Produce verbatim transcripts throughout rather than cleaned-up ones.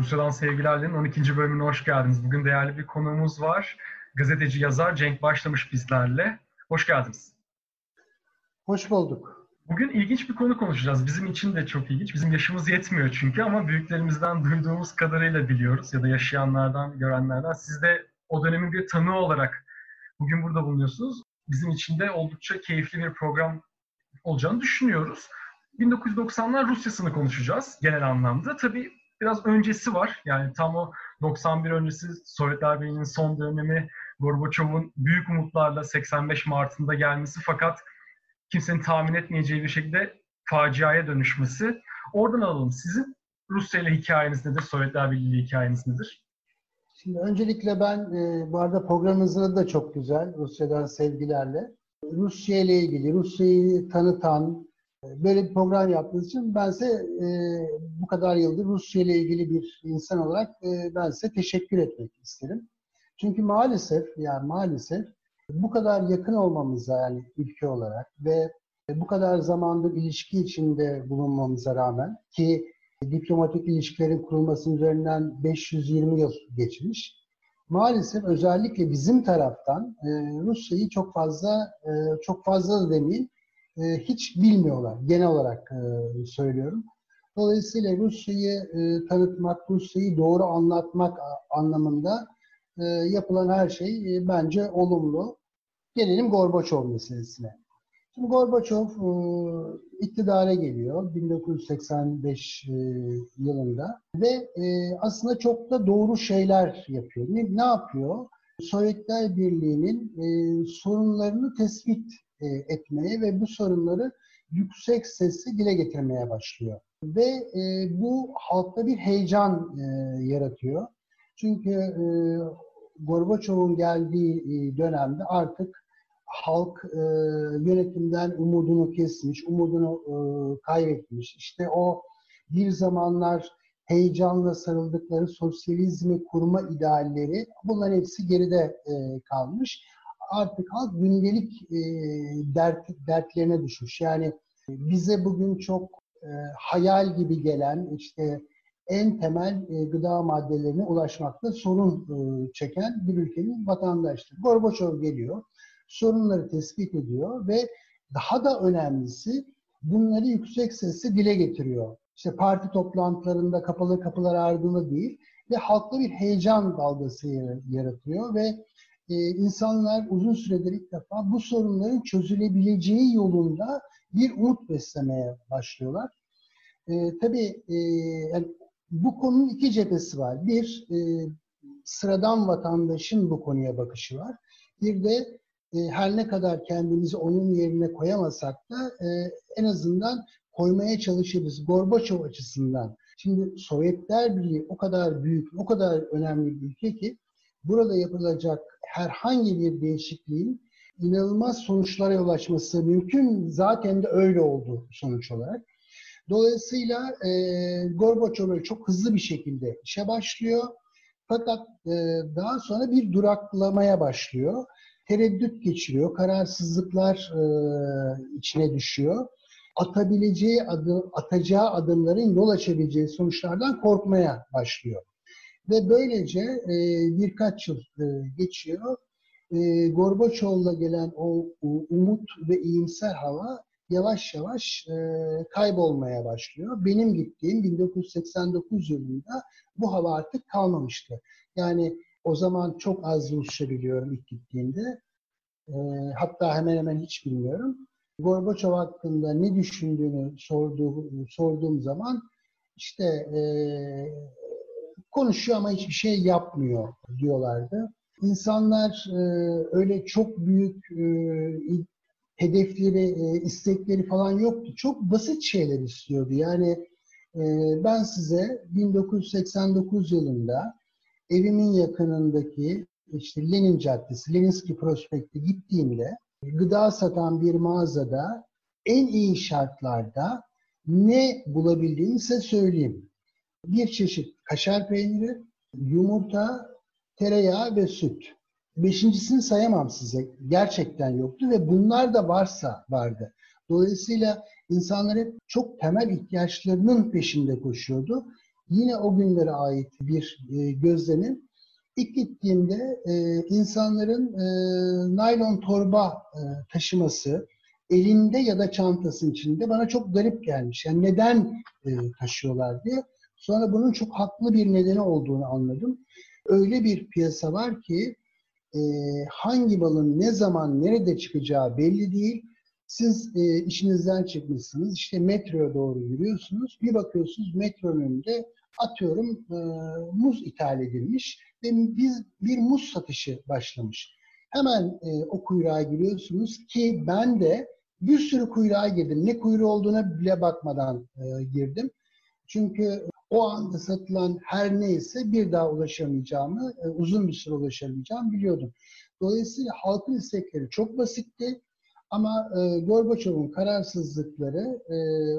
Rusya'dan Sevgilerle'nin on ikinci bölümüne hoş geldiniz. Bugün değerli bir konuğumuz var. Gazeteci yazar Cenk Başlamış bizlerle. Hoş geldiniz. Hoş bulduk. Bugün ilginç bir konu konuşacağız. Bizim için de çok ilginç. Bizim yaşımız yetmiyor çünkü ama büyüklerimizden duyduğumuz kadarıyla biliyoruz ya da yaşayanlardan, görenlerden. Siz de o dönemin bir tanığı olarak bugün burada bulunuyorsunuz. Bizim için de oldukça keyifli bir program olacağını düşünüyoruz. bin dokuz yüz doksanlar Rusya'sını konuşacağız genel anlamda. Tabii biraz öncesi var. Yani tam o doksan bir öncesi Sovyetler Birliği'nin son dönemi, Gorbaçov'un büyük umutlarla seksen beş Mart'ında gelmesi fakat kimsenin tahmin etmeyeceği bir şekilde faciaya dönüşmesi. Oradan alalım. Sizin Rusya ile hikayeniz nedir? Sovyetler Birliği hikayeniz nedir? Şimdi öncelikle ben, e, bu arada programınızda da çok güzel, Rusya'dan sevgilerle. Rusya ile ilgili, Rusya'yı tanıtan, e, böyle bir program yaptığınız için ben size e, bu kadar yıldır Rusya ile ilgili bir insan olarak e, ben size teşekkür etmek isterim. Çünkü maalesef, yani maalesef bu kadar yakın olmamıza, yani ülke olarak ve bu kadar zamandır ilişki içinde bulunmamıza rağmen, ki diplomatik ilişkilerin kurulmasının üzerinden beş yüz yirmi yıl geçmiş. Maalesef özellikle bizim taraftan e, Rusya'yı çok fazla, e, çok fazla da demeyeyim, e, hiç bilmiyorlar. Genel olarak e, söylüyorum. Dolayısıyla Rusya'yı e, tanıtmak, Rusya'yı doğru anlatmak anlamında e, yapılan her şey e, bence olumlu. Gelelim Gorbaçov meselesine. Şimdi Gorbaçov e, iktidara geliyor bin dokuz yüz seksen beş e, yılında ve e, aslında çok da doğru şeyler yapıyor. Ne, ne yapıyor? Sovyetler Birliği'nin e, sorunlarını tespit e, etmeye ve bu sorunları yüksek sesle dile getirmeye başlıyor. Ve e, bu halkta bir heyecan e, yaratıyor. Çünkü e, Gorbaçov'un geldiği e, dönemde artık halk e, yönetimden umudunu kesmiş, umudunu e, kaybetmiş. İşte o bir zamanlar heyecanla sarıldıkları sosyalizmi kurma idealleri, bunların hepsi geride e, kalmış. Artık halk gündelik e, dert, dertlerine düşmüş. Yani bize bugün çok e, hayal gibi gelen, işte en temel e, gıda maddelerine ulaşmakta sorun e, çeken bir ülkenin vatandaşları. Gorbaçov geliyor, sorunları tespit ediyor ve daha da önemlisi bunları yüksek sesle dile getiriyor. İşte parti toplantılarında kapalı kapılar ardında değil ve halkta bir heyecan dalgası yaratıyor ve e, insanlar uzun süredir ilk defa bu sorunların çözülebileceği yolunda bir umut beslemeye başlıyorlar. E, tabii e, yani bu konunun iki cephesi var. Bir, e, sıradan vatandaşın bu konuya bakışı var. Bir de e, her ne kadar kendimizi onun yerine koyamasak da e, en azından koymaya çalışırız Gorbaçov açısından. Şimdi Sovyetler Birliği o kadar büyük, o kadar önemli bir ülke ki burada yapılacak herhangi bir değişikliğin inanılmaz sonuçlara yol açması mümkün. Zaten de öyle oldu sonuç olarak. Dolayısıyla e, Gorbaçov çok hızlı bir şekilde işe başlıyor. Fakat e, daha sonra bir duraklamaya başlıyor. Tereddüt geçiriyor, kararsızlıklar e, içine düşüyor. Atabileceği adım, atacağı adımların yol açabileceği sonuçlardan korkmaya başlıyor. Ve böylece e, birkaç yıl e, geçiyor. E, Gorbaçov'la gelen o, o umut ve iyimser hava yavaş yavaş e, kaybolmaya başlıyor. Benim gittiğim bin dokuz yüz seksen dokuz yılında bu hava artık kalmamıştı. Yani o zaman çok az Rusça biliyorum ilk gittiğimde. E, hatta hemen hemen hiç bilmiyorum. Gorbaçov hakkında ne düşündüğünü sorduğu, sorduğum zaman işte e, konuşuyor ama hiçbir şey yapmıyor diyorlardı. İnsanlar e, öyle çok büyük e, hedefleri, e, istekleri falan yoktu. Çok basit şeyler istiyordu. Yani e, ben size bin dokuz yüz seksen dokuz yılında evimin yakınındaki işte Lenin Caddesi, Leninski Prospekt'e gittiğimde gıda satan bir mağazada en iyi şartlarda ne bulabildiğimi size söyleyeyim. Bir çeşit kaşar peyniri, yumurta, tereyağı ve süt. Beşincisini sayamam size. Gerçekten yoktu ve bunlar da varsa vardı. Dolayısıyla insanlar hep çok temel ihtiyaçlarının peşinde koşuyordu. Yine o günlere ait bir e, gözlemim. İlk gittiğimde e, insanların e, naylon torba e, taşıması, elinde ya da çantasının içinde bana çok garip gelmiş. Yani neden e, taşıyorlar diye. Sonra bunun çok haklı bir nedeni olduğunu anladım. Öyle bir piyasa var ki e, hangi balın ne zaman nerede çıkacağı belli değil. Siz e, işinizden çıkmışsınız, işte metroya doğru yürüyorsunuz. Bir bakıyorsunuz metronun önünde atıyorum e, muz ithal edilmiş ve biz bir muz satışı başlamış. Hemen e, o kuyruğa giriyorsunuz ki ben de bir sürü kuyruğa girdim. Ne kuyruğu olduğuna bile bakmadan e, girdim. Çünkü o anda satılan her neyse bir daha ulaşamayacağımı, e, uzun bir süre ulaşamayacağımı biliyordum. Dolayısıyla halkın istekleri çok basitti. Ama e, Gorbaçov'un kararsızlıkları e,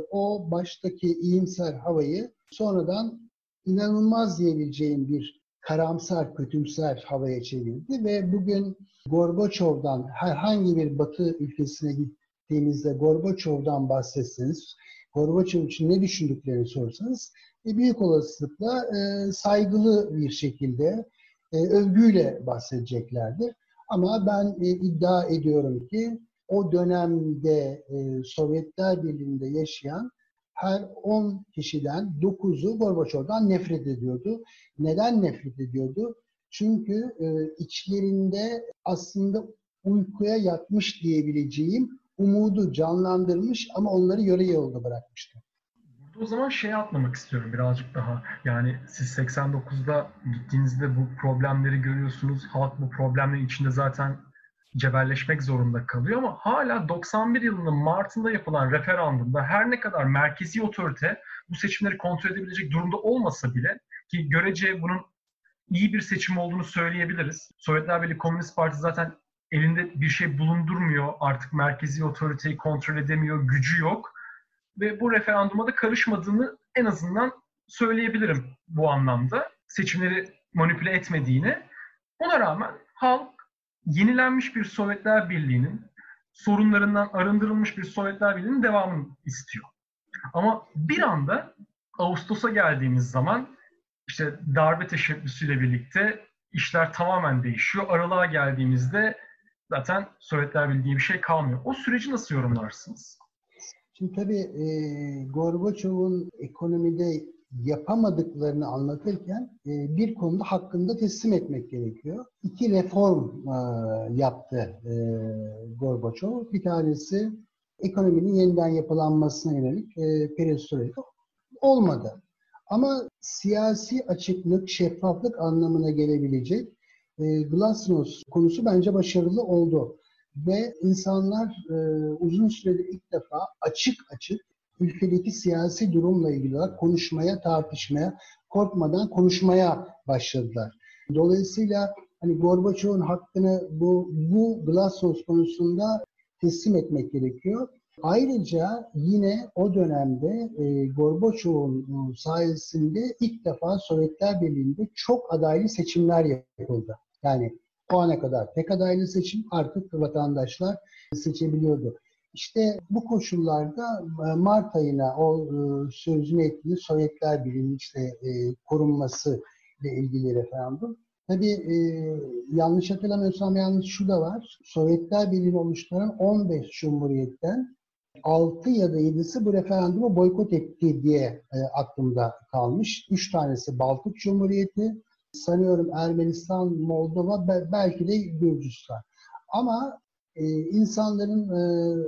o baştaki iyimser havayı sonradan inanılmaz diyebileceğim bir karamsar, kötümser havaya çevirdi ve bugün Gorbaçov'dan herhangi bir Batı ülkesine gittiğinizde Gorbaçov'dan bahsetseniz, Gorbaçov için ne düşündüklerini sorsanız e, büyük olasılıkla e, saygılı bir şekilde e, övgüyle bahsedeceklerdir. Ama ben e, iddia ediyorum ki o dönemde e, Sovyetler Birliği'nde yaşayan her on kişiden dokuzu Gorbaçov'dan nefret ediyordu. Neden nefret ediyordu? Çünkü e, içlerinde aslında uykuya yatmış diyebileceğim umudu canlandırmış ama onları yarı yolda bırakmıştı. Burada o zaman şeye atlamak istiyorum birazcık daha. Yani siz seksen dokuzda gittiğinizde bu problemleri görüyorsunuz. Halk bu problemlerin içinde zaten cebelleşmek zorunda kalıyor ama hala doksan bir yılının Mart'ında yapılan referandumda her ne kadar merkezi otorite bu seçimleri kontrol edebilecek durumda olmasa bile, ki görece bunun iyi bir seçim olduğunu söyleyebiliriz. Sovyetler Birliği Komünist Parti zaten elinde bir şey bulundurmuyor. Artık merkezi otoriteyi kontrol edemiyor, gücü yok. Ve bu referanduma da karışmadığını en azından söyleyebilirim bu anlamda. Seçimleri manipüle etmediğini. Ona rağmen halk yenilenmiş bir Sovyetler Birliği'nin, sorunlarından arındırılmış bir Sovyetler Birliği'nin devamını istiyor. Ama bir anda Ağustos'a geldiğimiz zaman işte darbe teşebbüsüyle birlikte işler tamamen değişiyor. Aralığa geldiğimizde zaten Sovyetler Birliği diye bir şey kalmıyor. O süreci nasıl yorumlarsınız? Şimdi tabii e, Gorbaçov'un ekonomide yapamadıklarını anlatırken e, bir konuda hakkında teslim etmek gerekiyor. İki reform e, yaptı e, Gorbaçov. Bir tanesi ekonominin yeniden yapılanmasına yönelik e, perestroika olmadı. Ama siyasi açıklık, şeffaflık anlamına gelebilecek e, glasnost konusu bence başarılı oldu. Ve insanlar e, uzun süredir ilk defa açık açık ülkedeki siyasi durumla ilgili olarak konuşmaya, tartışmaya, korkmadan konuşmaya başladılar. Dolayısıyla hani Gorbaçov'un hakkını bu, bu glasnost konusunda teslim etmek gerekiyor. Ayrıca yine o dönemde e, Gorbaçov'un sayesinde ilk defa Sovyetler Birliği'nde çok adaylı seçimler yapıldı. Yani o ana kadar tek adaylı seçim, artık vatandaşlar seçebiliyordu. İşte bu koşullarda Mart ayına o sözünü ettiği Sovyetler Birliği'nin işte e, korunması ile ilgili referandum. Tabii e, yanlış hatırlamıyorsam yalnız şu da var. Sovyetler Birliği'ni oluşturan on beş cumhuriyetten altı ya da yedisi bu referandumu boykot etti diye e, aklımda kalmış. Üç tanesi Baltık Cumhuriyeti, sanıyorum Ermenistan, Moldova, belki de Gürcistan. Ama e, insanların e,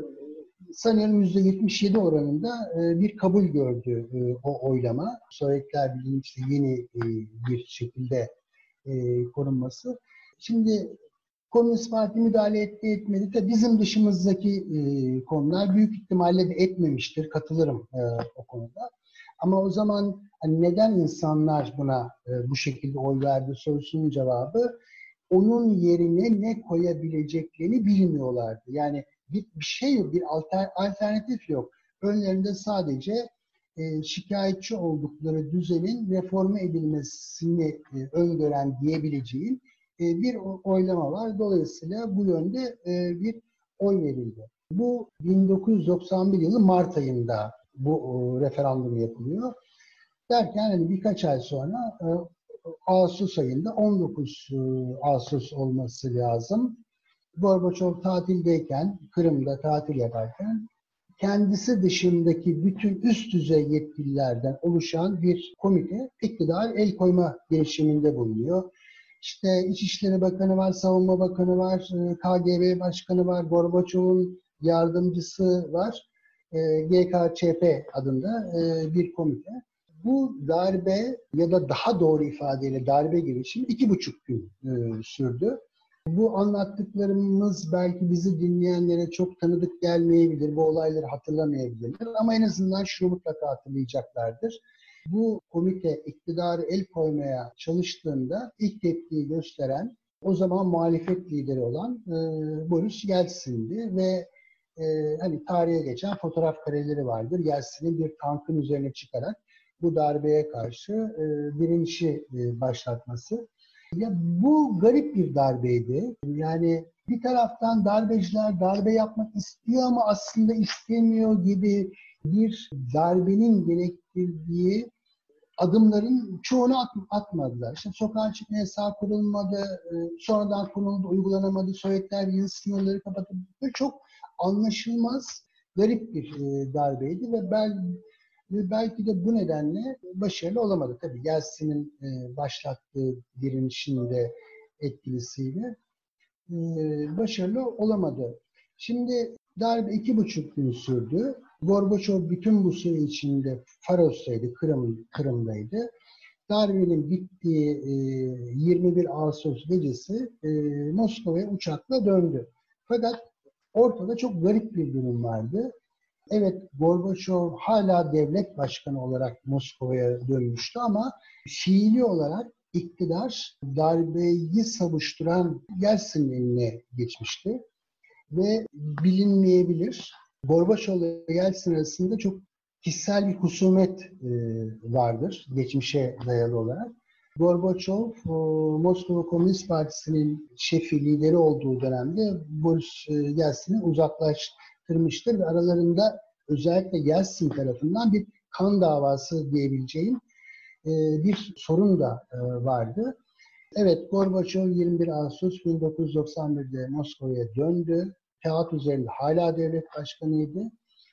sanıyorum yüzde yetmiş yedi oranında e, bir kabul gördü e, o oylama. Sovyetler Birliği'nin işte yeni e, bir şekilde e, korunması. Şimdi Komünist Parti müdahale etti etmedi de bizim dışımızdaki e, konular büyük ihtimalle de etmemiştir. Katılırım e, o konuda. Ama o zaman hani neden insanlar buna e, bu şekilde oy verdi sorusunun cevabı, onun yerine ne koyabileceklerini bilmiyorlardı. Yani bir, bir şey yok, bir alter, alternatif yok. Önlerinde sadece e, şikayetçi oldukları düzenin reforme edilmesini e, öngören diyebileceğim e, bir oylama var. Dolayısıyla bu yönde e, bir oy verildi. Bu bin dokuz yüz doksan bir yılı Mart ayında bu e, referandum yapılıyor. Derken hani birkaç ay sonra e, Ağustos ayında on dokuz e, Ağustos olması lazım. Gorbaçov tatildeyken, Kırım'da tatil yaparken kendisi dışındaki bütün üst düzey yetkililerden oluşan bir komite iktidar el koyma girişiminde bulunuyor. İşte İçişleri Bakanı var, Savunma Bakanı var, K G B Başkanı var, Gorbaçov'un yardımcısı var. G K Ç P adında bir komite. Bu darbe ya da daha doğru ifadeyle darbe girişimi iki buçuk gün sürdü. Bu anlattıklarımız belki bizi dinleyenlere çok tanıdık gelmeyebilir, bu olayları hatırlamayabilirler ama en azından şunu mutlaka hatırlayacaklardır. Bu komite iktidarı el koymaya çalıştığında ilk tepkiyi gösteren, o zaman muhalefet lideri olan e, Boris Yeltsin'di ve e, hani tarihe geçen fotoğraf kareleri vardır. Yeltsin'in bir tankın üzerine çıkarak bu darbeye karşı e, direnişi e, başlatması. Ya bu garip bir darbeydi. Yani bir taraftan darbeciler darbe yapmak istiyor ama aslında istemiyor gibi bir darbenin gerektirdiği adımların çoğunu at, atmadılar. İşte sokağa çıkma yasağı kurulmadı, sonradan kuruldu, uygulanamadı, Sovyetler Birliği sınırları kapatıldı. Çok anlaşılmaz, garip bir darbeydi ve ben ve belki de bu nedenle başarılı olamadı. Tabii Yeltsin'in başlattığı direnişin de etkisiyle başarılı olamadı. Şimdi darbe iki buçuk gün sürdü. Gorbaçov bütün bu süre içinde Faros'taydı, Kırım, Kırım'daydı. Darbenin bittiği yirmi bir Ağustos gecesi Moskova'ya uçakla döndü. Fakat ortada çok garip bir durum vardı. Evet, Gorbaçov hala devlet başkanı olarak Moskova'ya dönmüştü ama fiili olarak iktidar darbeyi savuşturan Yeltsin'in eline geçmişti. Ve bilinmeyebilir. Gorbaçov ile Yeltsin arasında çok kişisel bir husumet e, vardır, geçmişe dayalı olarak. Gorbaçov, Moskova Komünist Partisi'nin şefi, lideri olduğu dönemde Boris Yeltsin'i uzaklaştırmıştır ve aralarında özellikle Yeltsin tarafından bir kan davası diyebileceğim bir sorun da vardı. Evet, Gorbaçov yirmi bir Ağustos bin dokuz yüz doksan bir'de Moskova'ya döndü. Kağıt üzerinde hala devlet başkanıydı.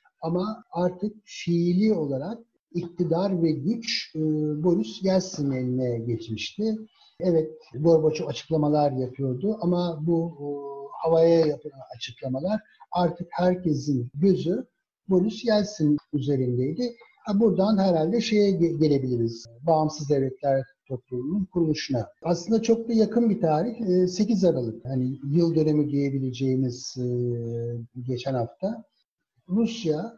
Ama artık fiili olarak iktidar ve güç e, Boris Yeltsin'in eline geçmişti. Evet, Gorbaçov açıklamalar yapıyordu ama bu e, havaya yapılan açıklamalar artık herkesin gözü Boris Yeltsin üzerindeydi. Ha, buradan herhalde şeye gelebiliriz. Bağımsız Devletler Topluluğu'nun kuruluşuna. Aslında çok da yakın bir tarih. sekiz Aralık. Hani yıl dönümü diyebileceğimiz geçen hafta. Rusya,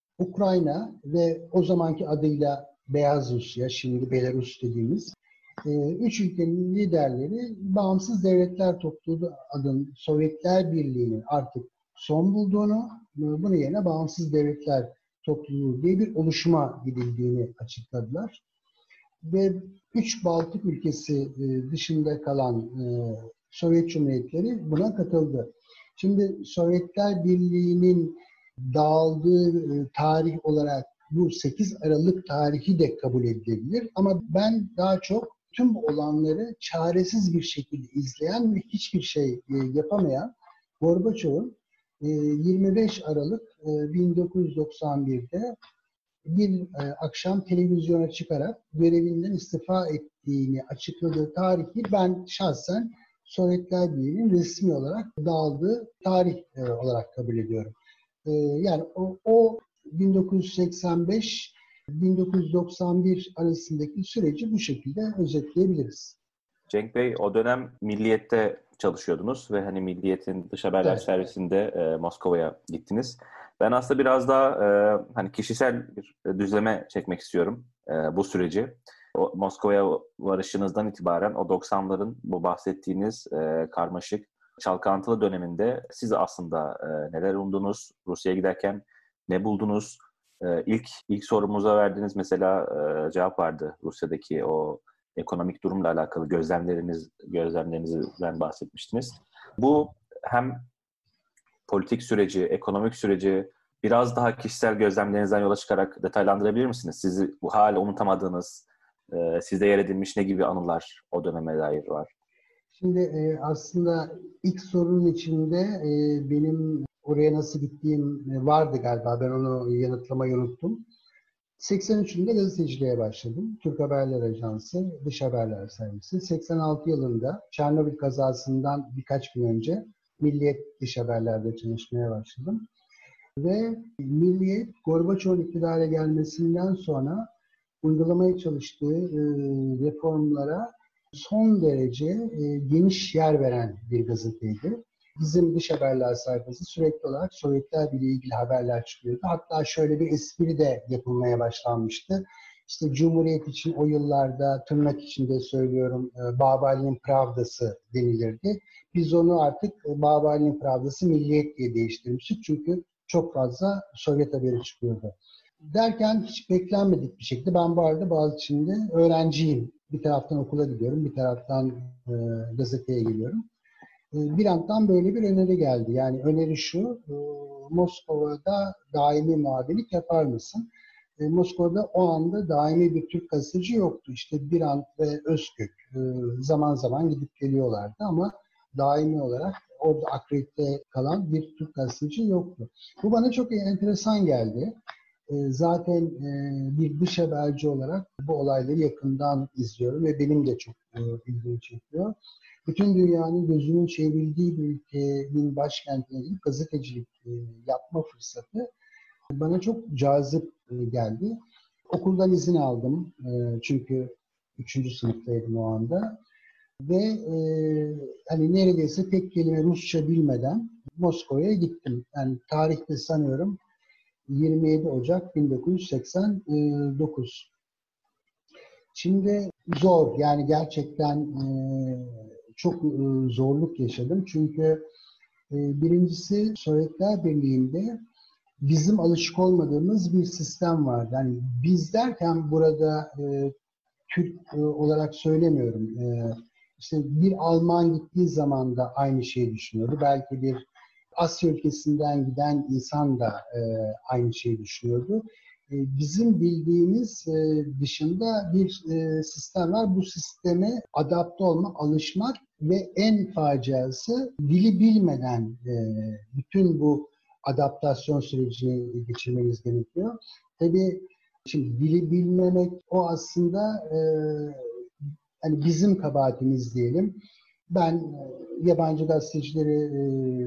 Ukrayna ve o zamanki adıyla Beyaz Rusya, şimdi Belarus dediğimiz üç ülkenin liderleri Bağımsız Devletler Topluluğu adının Sovyetler Birliği'nin artık son bulduğunu, bunun yerine Bağımsız Devletler Topluluğu diye bir oluşuma gidildiğini açıkladılar. Ve üç Baltık ülkesi dışında kalan Sovyet Cumhuriyetleri buna katıldı. Şimdi Sovyetler Birliği'nin dağıldığı tarih olarak bu sekiz Aralık tarihi de kabul edilebilir. Ama ben daha çok tüm bu olanları çaresiz bir şekilde izleyen ve hiçbir şey yapamayan Gorbaçov'un yirmi beş Aralık bin dokuz yüz doksan bir'de bir akşam televizyona çıkarak görevinden istifa ettiğini açıkladığı tarihi ben şahsen Sovyetler Birliği'nin resmi olarak dağıldığı tarih olarak kabul ediyorum. Yani o, o bin dokuz yüz seksen beş bin dokuz yüz doksan bir arasındaki süreci bu şekilde özetleyebiliriz. Cenk Bey, o dönem Milliyet'te çalışıyordunuz ve hani Milliyet'in dış haberler evet. servisinde e, Moskova'ya gittiniz. Ben aslında biraz daha e, hani kişisel bir düzleme çekmek istiyorum e, bu süreci. O Moskova'ya varışınızdan itibaren o doksanların bu bahsettiğiniz e, karmaşık, çalkantılı döneminde siz aslında e, neler umdunuz? Rusya'ya giderken ne buldunuz? E, ilk ilk sorumuza verdiğiniz mesela e, cevap vardı. Rusya'daki o ekonomik durumla alakalı gözlemleriniz gözlemlerinizden bahsetmiştiniz. Bu hem politik süreci, ekonomik süreci biraz daha kişisel gözlemlerinizden yola çıkarak detaylandırabilir misiniz? Sizi bu hala unutamadığınız, e, sizde yer edinmiş ne gibi anılar o döneme dair var? Şimdi e, aslında ilk sorunun içinde e, benim oraya nasıl gittiğim e, vardı galiba. Ben onu yanıtlamayı unuttum. seksen üçünde gazeteciliğe başladım. Türk Haberler Ajansı, Dış Haberler Servisi. seksen altı yılında Çernobil kazasından birkaç gün önce Milliyet Dış Haberler'de çalışmaya başladım. Ve Milliyet, Gorbaçov'un iktidara gelmesinden sonra uygulamaya çalıştığı e, reformlara son derece e, geniş yer veren bir gazeteydi. Bizim dış haberler sayfası sürekli olarak Sovyetler Birliği ile ilgili haberler çıkıyordu. Hatta şöyle bir espri de yapılmaya başlanmıştı. İşte Cumhuriyet için o yıllarda tırnak içinde söylüyorum Babalı'nın Pravdası denilirdi. Biz onu artık Babalı'nın Pravdası Milliyet diye değiştirmiştik. Çünkü çok fazla Sovyet haberi çıkıyordu. Derken hiç beklenmedik bir şekilde ben bu arada Boğaziçi'nde öğrenciyim. Bir taraftan okula gidiyorum, bir taraftan e, gazeteye geliyorum. E, bir yandan böyle bir öneri geldi. Yani öneri şu, e, Moskova'da daimi muhabirlik yapar mısın? E, Moskova'da o anda daimi bir Türk gazeteci yoktu. İşte Birant ve Özkök e, zaman zaman gidip geliyorlardı ama daimi olarak orada akredite kalan bir Türk gazeteci yoktu. Bu bana çok enteresan geldi. Zaten bir dış haberci olarak bu olayları yakından izliyorum ve benim de çok ilgimi çekiyor. Bütün dünyanın gözünün çevrildiği bir ülkenin başkentine gidip gazetecilik yapma fırsatı bana çok cazip geldi. Okuldan izin aldım çünkü üçüncü sınıftaydım o anda. Ve e, hani neredeyse tek kelime Rusça bilmeden Moskova'ya gittim. Yani tarihte sanıyorum yirmi yedi Ocak bin dokuz yüz seksen dokuz. Şimdi zor, yani gerçekten e, çok e, zorluk yaşadım. Çünkü e, birincisi Sovyetler Birliği'nde bizim alışık olmadığımız bir sistem var. Yani biz derken burada e, Türk e, olarak söylemiyorum. E, işte bir Alman gittiği zaman da aynı şeyi düşünüyordu. Belki bir Asya ülkesinden giden insan da e, aynı şeyi düşünüyordu. E, bizim bildiğimiz e, dışında bir e, sistem var. Bu sisteme adapte olmak, alışmak ve en faciası dili bilmeden e, bütün bu adaptasyon sürecini geçirmeniz gerekiyor. Tabii şimdi dili bilmemek o aslında e, hani bizim kabahatimiz diyelim. Ben e, yabancı gazetecileri e,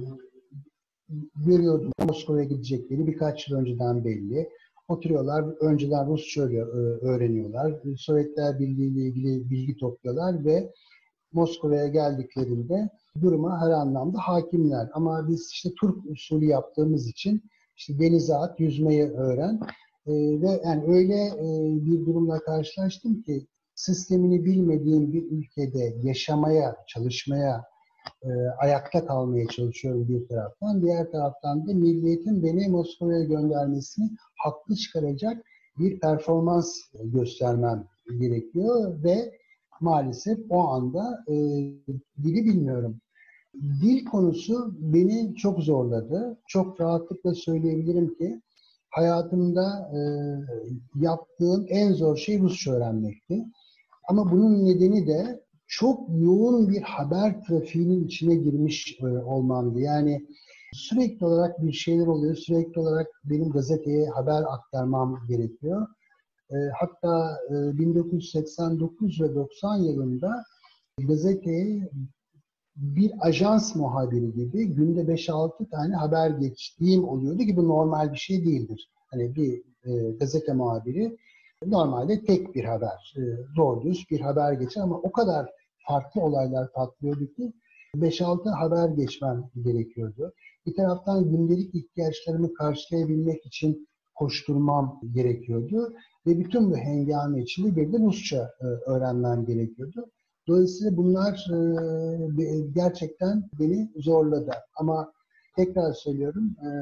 görüyordum. Moskova'ya gidecekleri birkaç yıl önceden belli. Oturuyorlar, önceden Rusça öğreniyorlar. Sovyetler Birliği ile ilgili bilgi topluyorlar ve Moskova'ya geldiklerinde duruma her anlamda hakimler. Ama biz işte Türk usulü yaptığımız için işte denize at, yüzmeyi öğren. Ee, ve yani öyle e, bir durumla karşılaştım ki sistemini bilmediğim bir ülkede yaşamaya, çalışmaya, e, ayakta kalmaya çalışıyorum bir taraftan. Diğer taraftan da milliyetin beni Moskova'ya göndermesini haklı çıkaracak bir performans göstermem gerekiyor ve maalesef o anda e, dili bilmiyorum. Dil konusu beni çok zorladı. Çok rahatlıkla söyleyebilirim ki hayatımda e, yaptığım en zor şey Rusça öğrenmekti. Ama bunun nedeni de çok yoğun bir haber trafiğinin içine girmiş e, olmamdı. Yani sürekli olarak bir şeyler oluyor. Sürekli olarak benim gazeteye haber aktarmam gerekiyor. E, hatta e, bin dokuz yüz seksen dokuz ve doksan yılında gazeteye bir ajans muhabiri gibi günde beş altı tane haber geçtiğim oluyordu ki bu normal bir şey değildir. Hani bir e, gazete muhabiri normalde tek bir haber, e, doğru düz bir haber geçer ama o kadar farklı olaylar patlıyordu ki beş altı haber geçmem gerekiyordu. Bir taraftan gündelik ihtiyaçlarımı karşılayabilmek için koşturmam gerekiyordu ve bütün bu hengame içinde bir de Rusça e, öğrenmem gerekiyordu. Dolayısıyla bunlar e, gerçekten beni zorladı. Ama tekrar söylüyorum, e,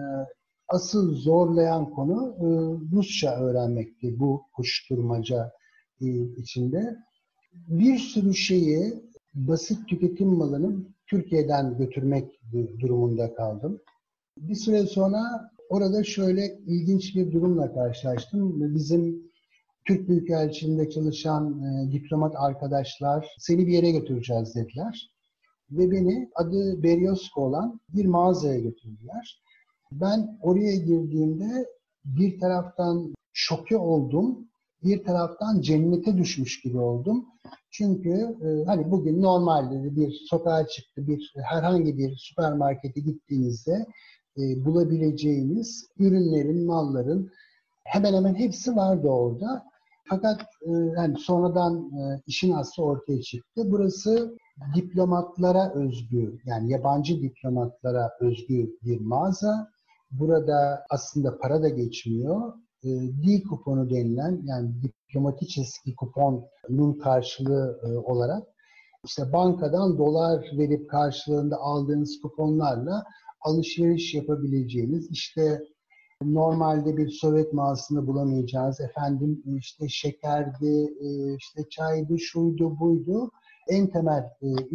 asıl zorlayan konu e, Rusça öğrenmekti bu koşturmaca e, içinde. Bir sürü şeyi, basit tüketim malını Türkiye'den götürmek durumunda kaldım. Bir süre sonra orada şöyle ilginç bir durumla karşılaştım. Bizim Türk Büyükelçiliğinde çalışan e, diplomat arkadaşlar seni bir yere götüreceğiz dediler. Ve beni adı Beriosko olan bir mağazaya götürdüler. Ben oraya girdiğimde bir taraftan şoke oldum, bir taraftan cennete düşmüş gibi oldum. Çünkü e, hani bugün normalde bir sokağa çıktı, bir herhangi bir süpermarkete gittiğinizde e, bulabileceğiniz ürünlerin, malların hemen hemen hepsi vardı orada. Fakat e, yani sonradan e, işin aslı ortaya çıktı. Burası diplomatlara özgü, yani yabancı diplomatlara özgü bir mağaza. Burada aslında para da geçmiyor. E, D kuponu denilen, yani diplomatik kuponun karşılığı e, olarak işte bankadan dolar verip karşılığında aldığınız kuponlarla alışveriş yapabileceğiniz, işte normalde bir Sovyet mağazasında bulamayacağınız, efendim işte şekerdi, işte çaydı, şuydu, buydu, en temel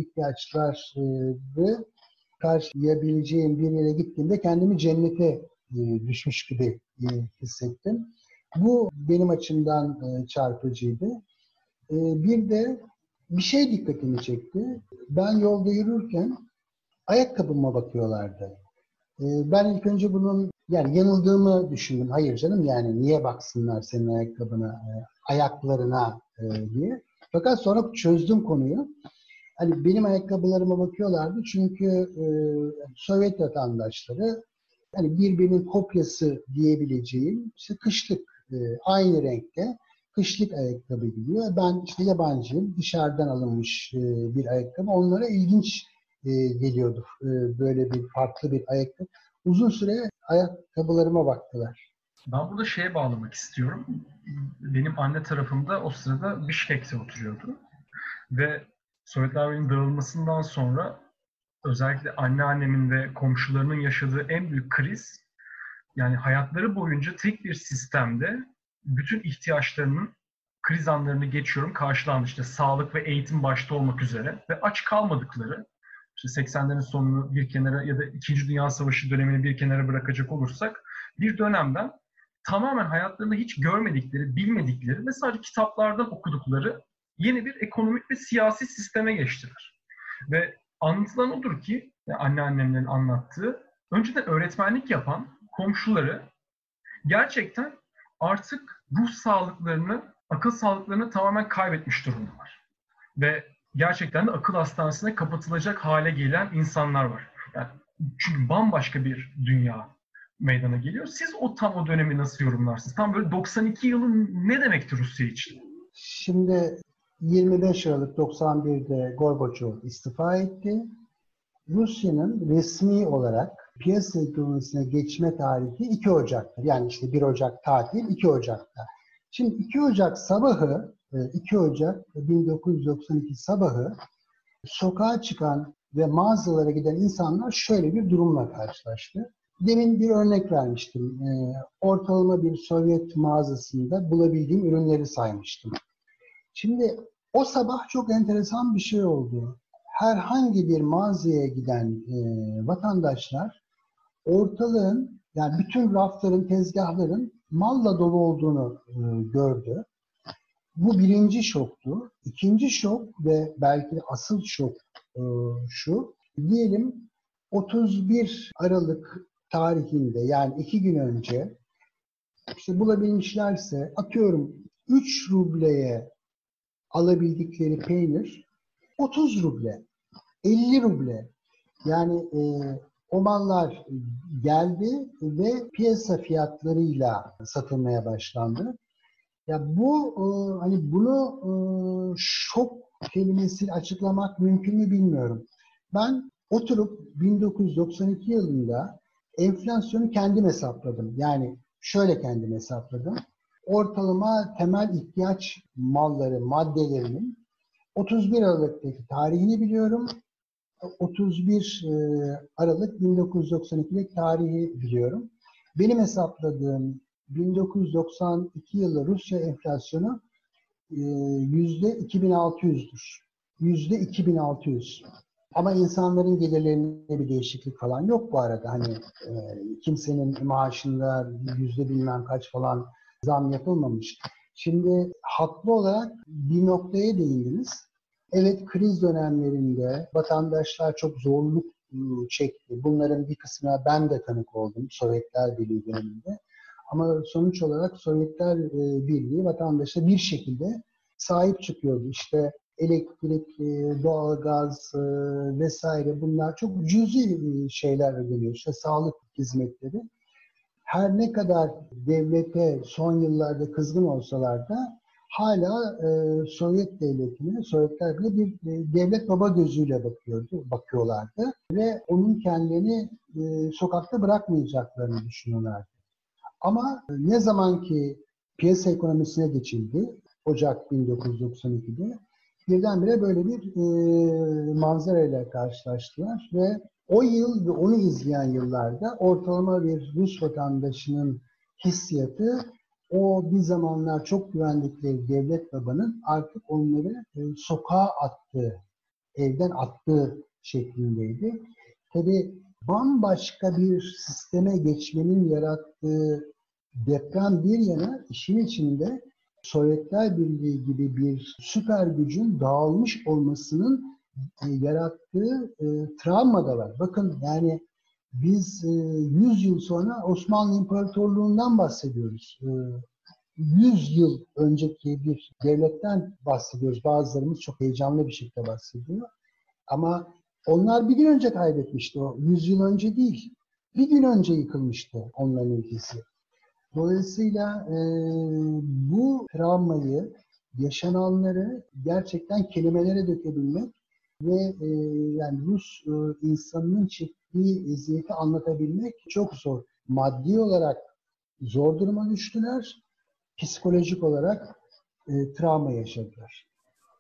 ihtiyaçları karşılayabileceğim bir yere gittiğimde kendimi cennete düşmüş gibi hissettim. Bu benim açımdan çarpıcıydı. Bir de bir şey dikkatimi çekti. Ben yolda yürürken ayakkabıma bakıyorlardı. Ben ilk önce bunun yani yanıldığımı düşündüm. Hayır canım, yani niye baksınlar senin ayakkabına, ayaklarına diye. Fakat sonra çözdüm konuyu. Hani benim ayakkabılarıma bakıyorlardı çünkü e, Sovyet vatandaşları hani birbirinin kopyası diyebileceğim işte kışlık e, aynı renkte kışlık ayakkabı giyiyor. Ben işte yabancıyım, dışarıdan alınmış e, bir ayakkabı. Onlara ilginç e, geliyordu e, böyle bir farklı bir ayakkabı. Uzun süre ayakkabılarıma baktılar. Ben burada şeye bağlamak istiyorum. Benim anne tarafımda o sırada Bişkek'te oturuyordu. Ve Sovyetler Birliği'nin dağılmasından sonra özellikle anneannemin ve komşularının yaşadığı en büyük kriz, yani hayatları boyunca tek bir sistemde bütün ihtiyaçlarının kriz anlarını geçiyorum karşılandı. İşte sağlık ve eğitim başta olmak üzere ve aç kalmadıkları, işte seksenlerin sonunu bir kenara ya da İkinci Dünya Savaşı dönemini bir kenara bırakacak olursak bir dönemden tamamen hayatlarında hiç görmedikleri, bilmedikleri ve sadece kitaplardan okudukları yeni bir ekonomik ve siyasi sisteme geçtiler. Ve anlatılan odur ki, anneannemlerin anlattığı, önceden öğretmenlik yapan komşuları gerçekten artık ruh sağlıklarını, akıl sağlıklarını tamamen kaybetmiş durumdalar. Ve gerçekten de akıl hastanesine kapatılacak hale gelen insanlar var. Yani çünkü bambaşka bir dünya meydana geliyor. Siz o tam o dönemi nasıl yorumlarsınız? Tam böyle doksan iki yılı ne demekti Rusya için? Şimdi yirmi beş Aralık doksan birde Gorbaçov istifa etti. Rusya'nın resmi olarak piyasa ekonomisine geçme tarihi iki Ocak'tır. Yani işte bir Ocak tatil, iki Ocak'ta. Şimdi iki Ocak sabahı, iki Ocak bin dokuz yüz doksan iki sabahı sokağa çıkan ve mağazalara giden insanlar şöyle bir durumla karşılaştı. Demin bir örnek vermiştim. Ortalama bir Sovyet mağazasında bulabildiğim ürünleri saymıştım. Şimdi o sabah çok enteresan bir şey oldu. Herhangi bir mağazaya giden e, vatandaşlar ortalığın, yani bütün rafların, tezgahların malla dolu olduğunu e, gördü. Bu birinci şoktu. İkinci şok ve belki de asıl şok e, şu. Diyelim otuz bir Aralık tarihinde, yani iki gün önce işte bulabilmişlerse, atıyorum üç rubleye alabildikleri peynir otuz ruble, elli ruble. Yani e, o mallar geldi ve piyasa fiyatlarıyla satılmaya başlandı. Ya bu e, hani bunu e, şok kelimesiyle açıklamak mümkün mü bilmiyorum. Ben oturup bin dokuz yüz doksan iki yılında enflasyonu kendim hesapladım. Yani şöyle kendim hesapladım. Ortalama temel ihtiyaç malları, maddelerinin otuz bir Aralık'taki tarihini biliyorum. otuz bir Aralık bin dokuz yüz doksan iki'deki tarihi biliyorum. Benim hesapladığım bin dokuz yüz doksan iki yılı Rusya enflasyonu yüzde iki bin altı yüz'dür. yüzde iki bin altı yüz. Ama insanların gelirlerinde bir değişiklik falan yok bu arada. Hani e, kimsenin maaşında yüzde bilmem kaç falan zam yapılmamış. Şimdi haklı olarak bir noktaya değindiniz. Evet, kriz dönemlerinde vatandaşlar çok zorluk çekti. Bunların bir kısmına ben de tanık oldum Sovyetler Birliği döneminde. Ama sonuç olarak Sovyetler Birliği vatandaşa bir şekilde sahip çıkıyordu. İşte elektrik, doğalgaz vesaire bunlar çok cüzi şeyler ödeniyor. İşte sağlık hizmetleri. Her ne kadar devlete son yıllarda kızgın olsalar da hala e, Sovyet devletine, Sovyetler bile bir e, devlet baba gözüyle bakıyordu, bakıyorlardı ve onun kendilerini e, sokakta bırakmayacaklarını düşünüyorlardı. Ama ne zaman ki piyasa ekonomisine geçildi, Ocak bin dokuz yüz doksan ikide birdenbire böyle bir e, manzarayla karşılaştılar ve o yıl ve onu izleyen yıllarda ortalama bir Rus vatandaşının hissiyatı o bir zamanlar çok güvendikleri devlet babanın artık onları e, sokağa attığı, evden attığı şeklindeydi. Tabii bambaşka bir sisteme geçmenin yarattığı deprem bir yana işin içinde Sovyetler Birliği gibi bir süper gücün dağılmış olmasının e, yarattığı e, travma da var. Bakın yani biz e, yüz yıl sonra Osmanlı İmparatorluğu'ndan bahsediyoruz. E, yüz yıl önceki bir devletten bahsediyoruz. Bazılarımız çok heyecanlı bir şekilde bahsediyor. Ama onlar bir gün önce kaybetmişti o. Yüz yıl önce değil. Bir gün önce yıkılmıştı onların ülkesi. Dolayısıyla e, bu travmayı, yaşananları gerçekten kelimelere dökebilmek ve e, yani Rus e, insanının çektiği eziyeti anlatabilmek çok zor. Maddi olarak zor duruma düştüler, psikolojik olarak e, travma yaşadılar.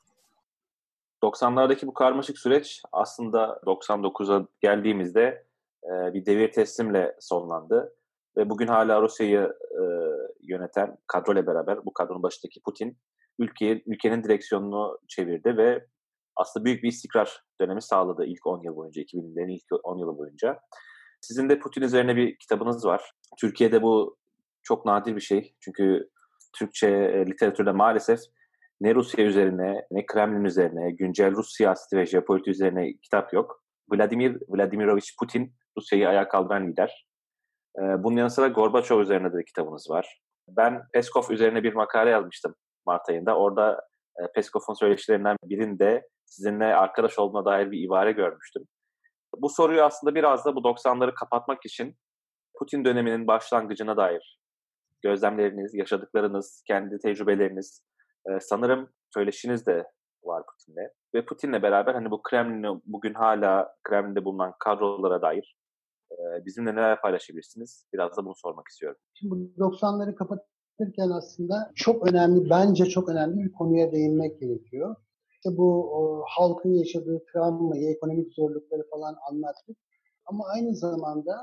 doksanlardaki bu karmaşık süreç aslında doksan dokuza geldiğimizde e, bir devir teslimle sonlandı. Ve bugün hala Rusya'yı e, yöneten kadroyla beraber bu kadronun başındaki Putin ülkeyi, ülkenin direksiyonunu çevirdi ve aslında büyük bir istikrar dönemi sağladı ilk on yıl boyunca, iki binlerin ilk on yılı boyunca. Sizin de Putin üzerine bir kitabınız var. Türkiye'de bu çok nadir bir şey. Çünkü Türkçe e, literatürde maalesef ne Rusya üzerine, ne Kremlin üzerine, güncel Rus siyaseti ve jeopolitik üzerine kitap yok. Vladimir Vladimirovich Putin, Rusya'yı ayağa kaldıran lider. Bunun yanı sıra Gorbaçov üzerine de kitabınız var. Ben Peskov üzerine bir makale yazmıştım Mart ayında. Orada Peskov'un söyleşilerinden birinde sizinle arkadaş olduğuna dair bir ibare görmüştüm. Bu soruyu aslında biraz da bu doksanları kapatmak için Putin döneminin başlangıcına dair gözlemleriniz, yaşadıklarınız, kendi tecrübeleriniz, sanırım söyleşiniz de var Putin'le. Ve Putin'le beraber hani bu Kremlin'i bugün hala Kremlin'de bulunan kadrolara dair bizimle neler paylaşabilirsiniz? Biraz da bunu sormak istiyorum. Şimdi bu doksanları kapatırken aslında çok önemli, bence çok önemli bir konuya değinmek gerekiyor. İşte bu o, halkın yaşadığı travmayı, ekonomik zorlukları falan anlattık. Ama aynı zamanda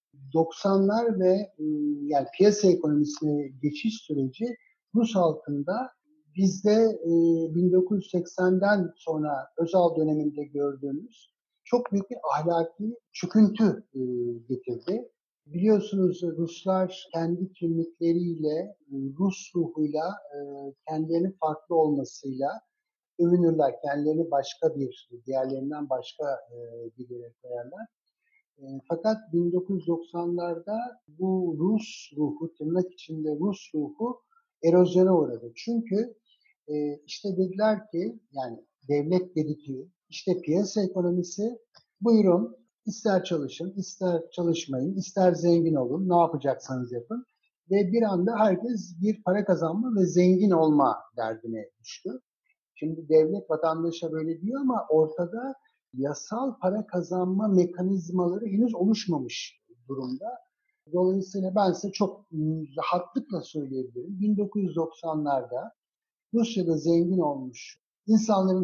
doksanlar ve yani piyasa ekonomisine geçiş süreci Rus halkında bizde e, bin dokuz yüz seksenden sonra Özal döneminde gördüğümüz çok büyük bir ahlaki çöküntü e, getirdi. Biliyorsunuz Ruslar kendi kimlikleriyle, Rus ruhuyla, e, kendilerinin farklı olmasıyla övünürler. Kendilerini başka bir, diğerlerinden başka e, bir yere koyarlar. E, fakat bin dokuz yüz doksanlarda bu Rus ruhu, tırnak içinde Rus ruhu erozyona uğradı. Çünkü e, işte dediler ki, yani devlet dedi ki, işte piyasa ekonomisi, buyurun ister çalışın, ister çalışmayın, ister zengin olun, ne yapacaksanız yapın. Ve bir anda herkes bir para kazanma ve zengin olma derdine düştü. Şimdi devlet vatandaşa böyle diyor ama ortada yasal para kazanma mekanizmaları henüz oluşmamış durumda. Dolayısıyla ben size çok rahatlıkla söyleyebilirim. bin dokuz yüz doksanlarda Rusya'da zengin olmuş insanların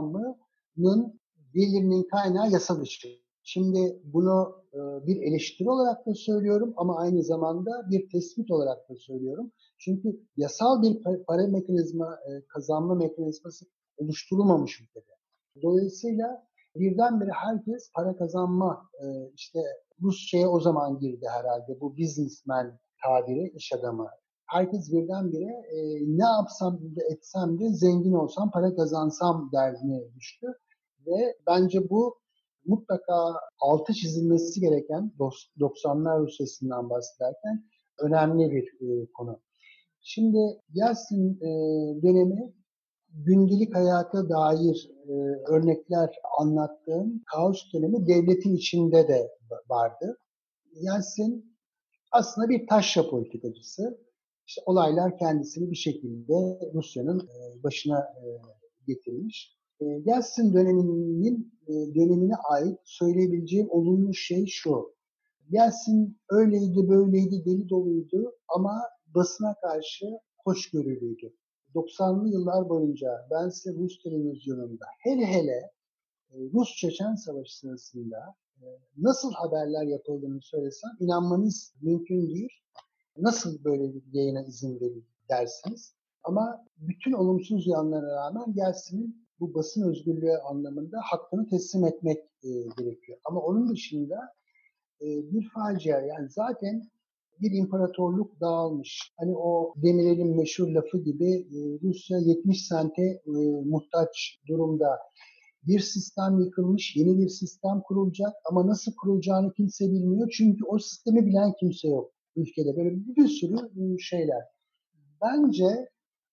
tamamının gelirinin kaynağı yasa dışı. Şimdi bunu bir eleştiri olarak da söylüyorum ama aynı zamanda bir tespit olarak da söylüyorum. Çünkü yasal bir para mekanizma, kazanma mekanizması oluşturulmamış ülkede. Dolayısıyla birdenbire herkes para kazanma, e, işte Rusça'ya o zaman girdi herhalde bu businessman tabiri, iş adamı. Herkes birdenbire e, ne yapsam da etsem de zengin olsam, para kazansam derdine düştü. Ve bence bu mutlaka altı çizilmesi gereken, doksanlar Rusya'sından bahsederken önemli bir e, konu. Şimdi Yeltsin e, dönemi gündelik hayata dair e, örnekler anlattığım kaos dönemi devletin içinde de vardı. Yeltsin aslında bir taşra politikacısı. İşte olaylar kendisini bir şekilde Rusya'nın e, başına e, getirmiş. E, Yeltsin döneminin e, dönemine ait söyleyebileceğim olumlu şey şu. Yeltsin öyleydi, böyleydi, deli doluydu ama basına karşı hoşgörülüydü. doksanlı yıllar boyunca ben size Rus televizyonunda hele hele Rus-Çeçen Savaşı sırasında nasıl haberler yapıldığını söylesem inanmanız mümkün değil. Nasıl böyle bir yayına izin verir dersiniz. Ama bütün olumsuz yanlarına rağmen Yeltsin'in bu basın özgürlüğü anlamında hakkını teslim etmek e, gerekiyor. Ama onun dışında e, bir facia, yani zaten bir imparatorluk dağılmış. Hani o Demirel'in meşhur lafı gibi e, Rusya yetmiş sente e, muhtaç durumda. Bir sistem yıkılmış, yeni bir sistem kurulacak ama nasıl kurulacağını kimse bilmiyor. Çünkü o sistemi bilen kimse yok ülkede. Böyle bir sürü şeyler. Bence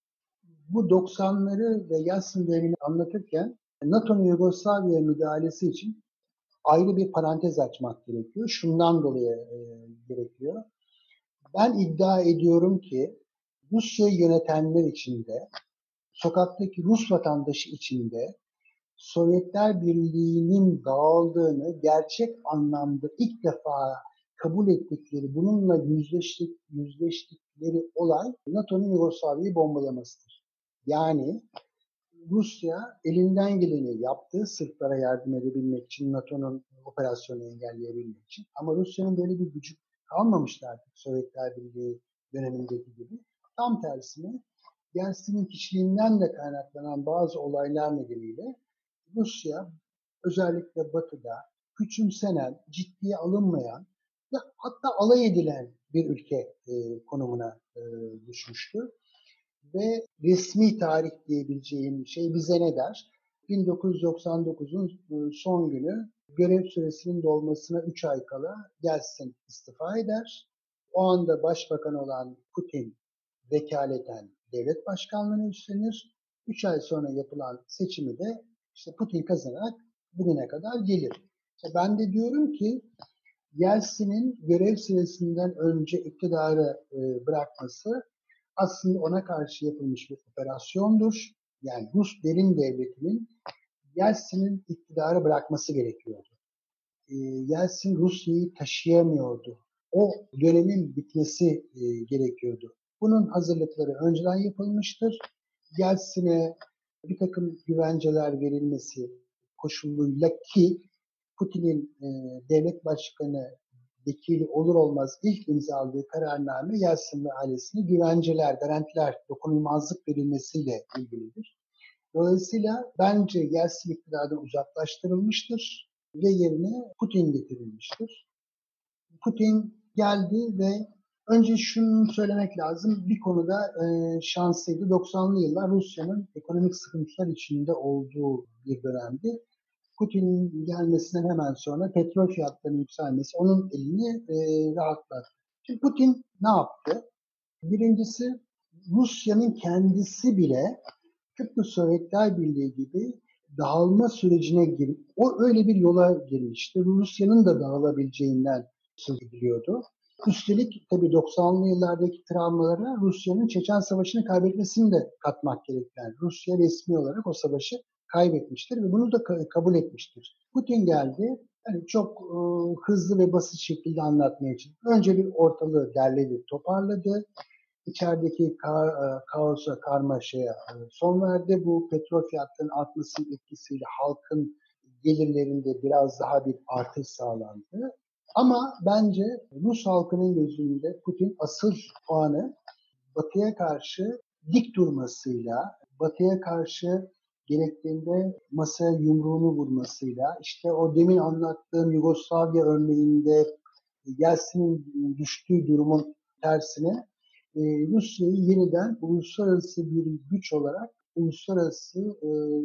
bu doksanları ve Yeltsin dönemini anlatırken NATO'nun Yugoslavya'ya müdahalesi için ayrı bir parantez açmak gerekiyor. Şundan dolayı e, gerekiyor. Ben iddia ediyorum ki Rusya'yı yönetenler içinde, sokaktaki Rus vatandaşı içinde Sovyetler Birliği'nin dağıldığını gerçek anlamda ilk defa kabul ettikleri, bununla yüzleştik, yüzleştikleri olay NATO'nun Yugoslavya'yı bombalamasıdır. Yani Rusya elinden geleni yaptı Sırplara yardım edebilmek için, NATO'nun operasyonu engelleyebilmek için. Ama Rusya'nın böyle bir gücü kalmamıştı artık Sovyetler Birliği dönemindeki gibi. Tam tersine Yeltsin'in kişiliğinden de kaynaklanan bazı olaylar nedeniyle Rusya özellikle Batı'da küçümsenen, ciddiye alınmayan ve hatta alay edilen bir ülke e, konumuna e, düşmüştü. Ve resmi tarih diyebileceğim şey bize ne der? bin dokuz yüz doksan dokuzun son günü görev süresinin dolmasına üç ay kala Yeltsin istifa eder. O anda başbakan olan Putin vekaleten devlet başkanlığını üstlenir. üç ay sonra yapılan seçimi de işte Putin kazanarak bugüne kadar gelir. İşte ben de diyorum ki Yeltsin'in görev süresinden önce iktidarı e, bırakması aslında ona karşı yapılmış bir operasyondur. Yani Rus derin devletinin Yeltsin'in iktidarı bırakması gerekiyordu. E, Yeltsin Rusya'yı taşıyamıyordu. O dönemin bitmesi e, gerekiyordu. Bunun hazırlıkları önceden yapılmıştır. Yeltsin'e bir takım güvenceler verilmesi koşuluyla ki Putin'in e, devlet başkanı vekili olur olmaz ilk imzaladığı kararname Yeltsin ve ailesine güvenceler, garantiler, dokunulmazlık verilmesiyle ilgilidir. Dolayısıyla bence Yeltsin iktidardan uzaklaştırılmıştır ve yerine Putin getirilmiştir. Putin geldi ve önce şunu söylemek lazım. Bir konuda e, şanslıydı. doksanlı yıllar Rusya'nın ekonomik sıkıntılar içinde olduğu bir dönemdi. Putin'in gelmesinden hemen sonra petrol fiyatlarının yükselmesi onun elini e, rahatlattı. Şimdi Putin ne yaptı? Birincisi Rusya'nın kendisi bile tıpkı Sovyetler Birliği gibi dağılma sürecine girip o öyle bir yola girmişti. Rusya'nın da dağılabileceğinden söz ediliyordu. Üstelik tabii doksanlı yıllardaki travmalara Rusya'nın Çeçen Savaşı'nı kaybetmesini de katmak gerekir. Yani Rusya resmi olarak o savaşı kaybetmiştir ve bunu da kabul etmiştir. Putin geldi, yani çok e, hızlı ve basit şekilde anlatmaya çalıştı. Önce bir ortalığı derledi, toparladı. İçerideki ka- kaosa, karmaşaya son verdi. Bu petrol fiyatlarının artmasının etkisiyle halkın gelirlerinde biraz daha bir artış sağlandı. Ama bence Rus halkının gözünde Putin asıl puanı Batı'ya karşı dik durmasıyla, Batı'ya karşı gerektiğinde masaya yumruğunu vurmasıyla, işte o demin anlattığım Yugoslavya örneğinde Yeltsin'in düştüğü durumun tersine e, Rusya'yı yeniden uluslararası bir güç olarak uluslararası e,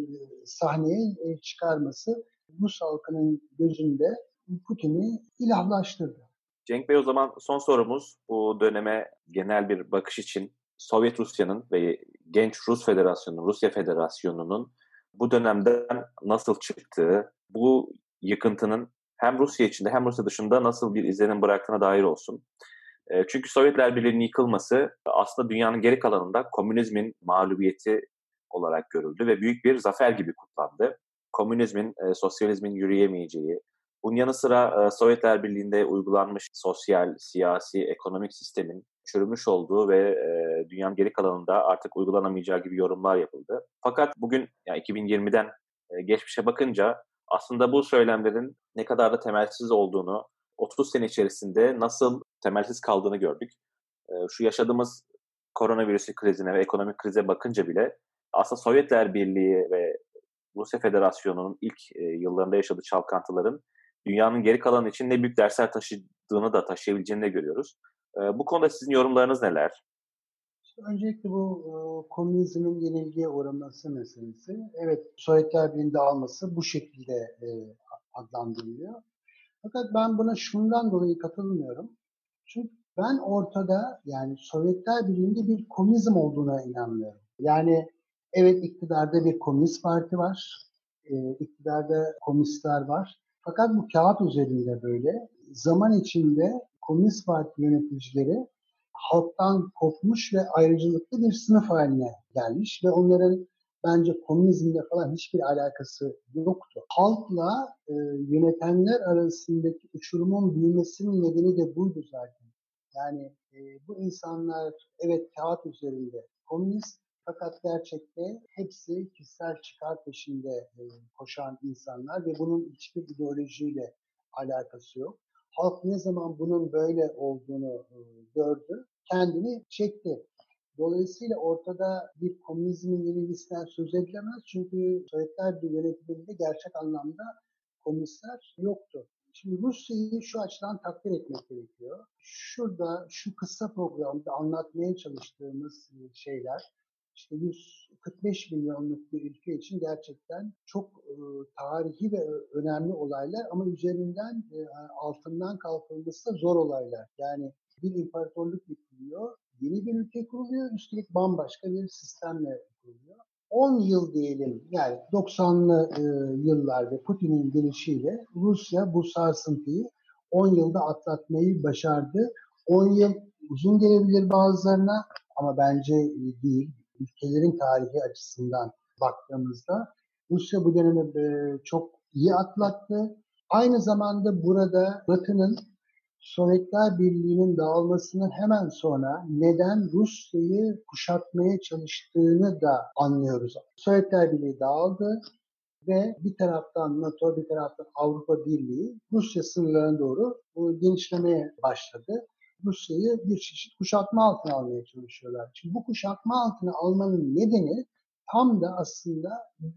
sahneye e, çıkarması Rus halkının gözünde Putin'i ilahlaştırdı. Cenk Bey, o zaman son sorumuz bu döneme genel bir bakış için Sovyet Rusya'nın ve genç Rus Federasyonu'nun, Rusya Federasyonu'nun bu dönemden nasıl çıktığı, bu yıkıntının hem Rusya içinde hem Rusya dışında nasıl bir izlenim bıraktığına dair olsun. Çünkü Sovyetler Birliği'nin yıkılması aslında dünyanın geri kalanında komünizmin mağlubiyeti olarak görüldü ve büyük bir zafer gibi kutlandı. Komünizmin, sosyalizmin yürüyemeyeceği, bunun yanı sıra Sovyetler Birliği'nde uygulanmış sosyal, siyasi, ekonomik sistemin çürümüş olduğu ve dünyanın geri kalanında artık uygulanamayacağı gibi yorumlar yapıldı. Fakat bugün yani iki bin yirmiden geçmişe bakınca aslında bu söylemlerin ne kadar da temelsiz olduğunu, otuz sene içerisinde nasıl temelsiz kaldığını gördük. Şu yaşadığımız koronavirüsü krizine ve ekonomik krize bakınca bile aslında Sovyetler Birliği ve Rusya Federasyonu'nun ilk yıllarında yaşadığı çalkantıların dünyanın geri kalanı için ne büyük dersler taşıdığını da taşıyabileceğini de görüyoruz. Bu konuda sizin yorumlarınız neler? Öncelikle bu e, komünizmin yenilgiye uğraması meselesi. Evet, Sovyetler Birliği'nin dağılması bu şekilde e, adlandırılıyor. Fakat ben buna şundan dolayı katılmıyorum. Çünkü ben ortada yani Sovyetler Birliği'nde bir komünizm olduğuna inanmıyorum. Yani evet iktidarda bir komünist parti var, e, iktidarda komünistler var. Fakat bu kağıt üzerinde böyle. Zaman içinde Komünist Parti yöneticileri halktan kopmuş ve ayrıcalıklı bir sınıf haline gelmiş ve onların bence komünizmle falan hiçbir alakası yoktu. Halkla e, yönetenler arasındaki uçurumun büyümesinin nedeni de buydu zaten. Yani e, bu insanlar evet kağıt üzerinde komünist fakat gerçekte hepsi kişisel çıkar peşinde e, koşan insanlar ve bunun hiçbir ideolojiyle alakası yok. Halk ne zaman bunun böyle olduğunu e, gördü, kendini çekti. Dolayısıyla ortada bir komünizmin yenilgisinden söz edilemez. Çünkü Sovyetler Birliği yönetiminde gerçek anlamda komünistler yoktu. Şimdi Rusya'yı şu açıdan takdir etmek gerekiyor. Şurada, şu kısa programda anlatmaya çalıştığımız şeyler, işte yüz kırk beş milyonluk bir ülke için gerçekten çok e, tarihi ve önemli olaylar ama üzerinden e, altından kalkılması da zor olaylar. Yani bir imparatorluk yıkılıyor, yeni bir ülke kuruluyor, üstelik bambaşka bir sistemle kuruluyor. on yıl diyelim, yani doksanlı e, yıllar ve Putin'in gelişiyle Rusya bu sarsıntıyı on yılda atlatmayı başardı. on yıl uzun gelebilir bazılarına ama bence değil. Ülkelerin tarihi açısından baktığımızda Rusya bu dönemi e, çok iyi atlattı. Aynı zamanda burada Batı'nın Sovyetler Birliği'nin dağılmasının hemen sonra neden Rusya'yı kuşatmaya çalıştığını da anlıyoruz. Sovyetler Birliği dağıldı ve bir taraftan NATO, bir taraftan Avrupa Birliği Rusya sınırlarına doğru genişlemeye başladı. Rusya'yı bir çeşit kuşatma altına almaya çalışıyorlar. Şimdi bu kuşatma altına almanın nedeni tam da aslında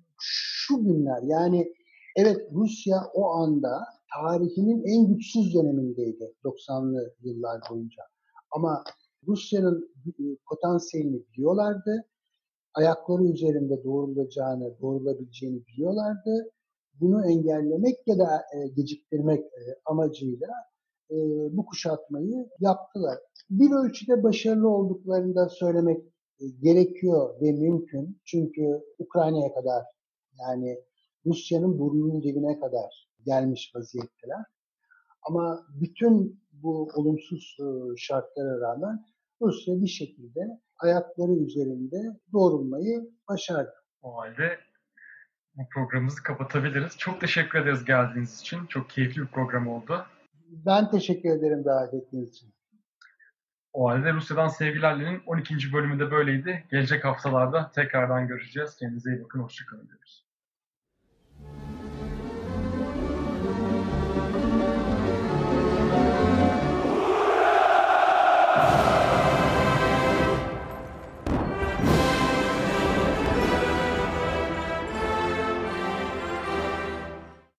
şu günler. Yani evet Rusya o anda tarihinin en güçsüz dönemindeydi doksanlı yıllar boyunca. Ama Rusya'nın potansiyelini biliyorlardı. Ayakları üzerinde doğrulacağını, doğrulabileceğini biliyorlardı. Bunu engellemek ya da geciktirmek amacıyla bu kuşatmayı yaptılar. Bir ölçüde başarılı olduklarını da söylemek gerekiyor ve mümkün. Çünkü Ukrayna'ya kadar yani Rusya'nın burnunun dibine kadar gelmiş vaziyetteler. Ama bütün bu olumsuz şartlara rağmen Rusya bir şekilde ayakları üzerinde doğrulmayı başardı. O halde bu programımızı kapatabiliriz. Çok teşekkür ederiz geldiğiniz için. Çok keyifli bir program oldu. Ben teşekkür ederim davet ettiğiniz için. O halde Rusya'dan Sevgilerle'nin on ikinci bölümü de böyleydi. Gelecek haftalarda tekrardan görüşeceğiz. Kendinize iyi bakın. Hoşça kalın diyoruz.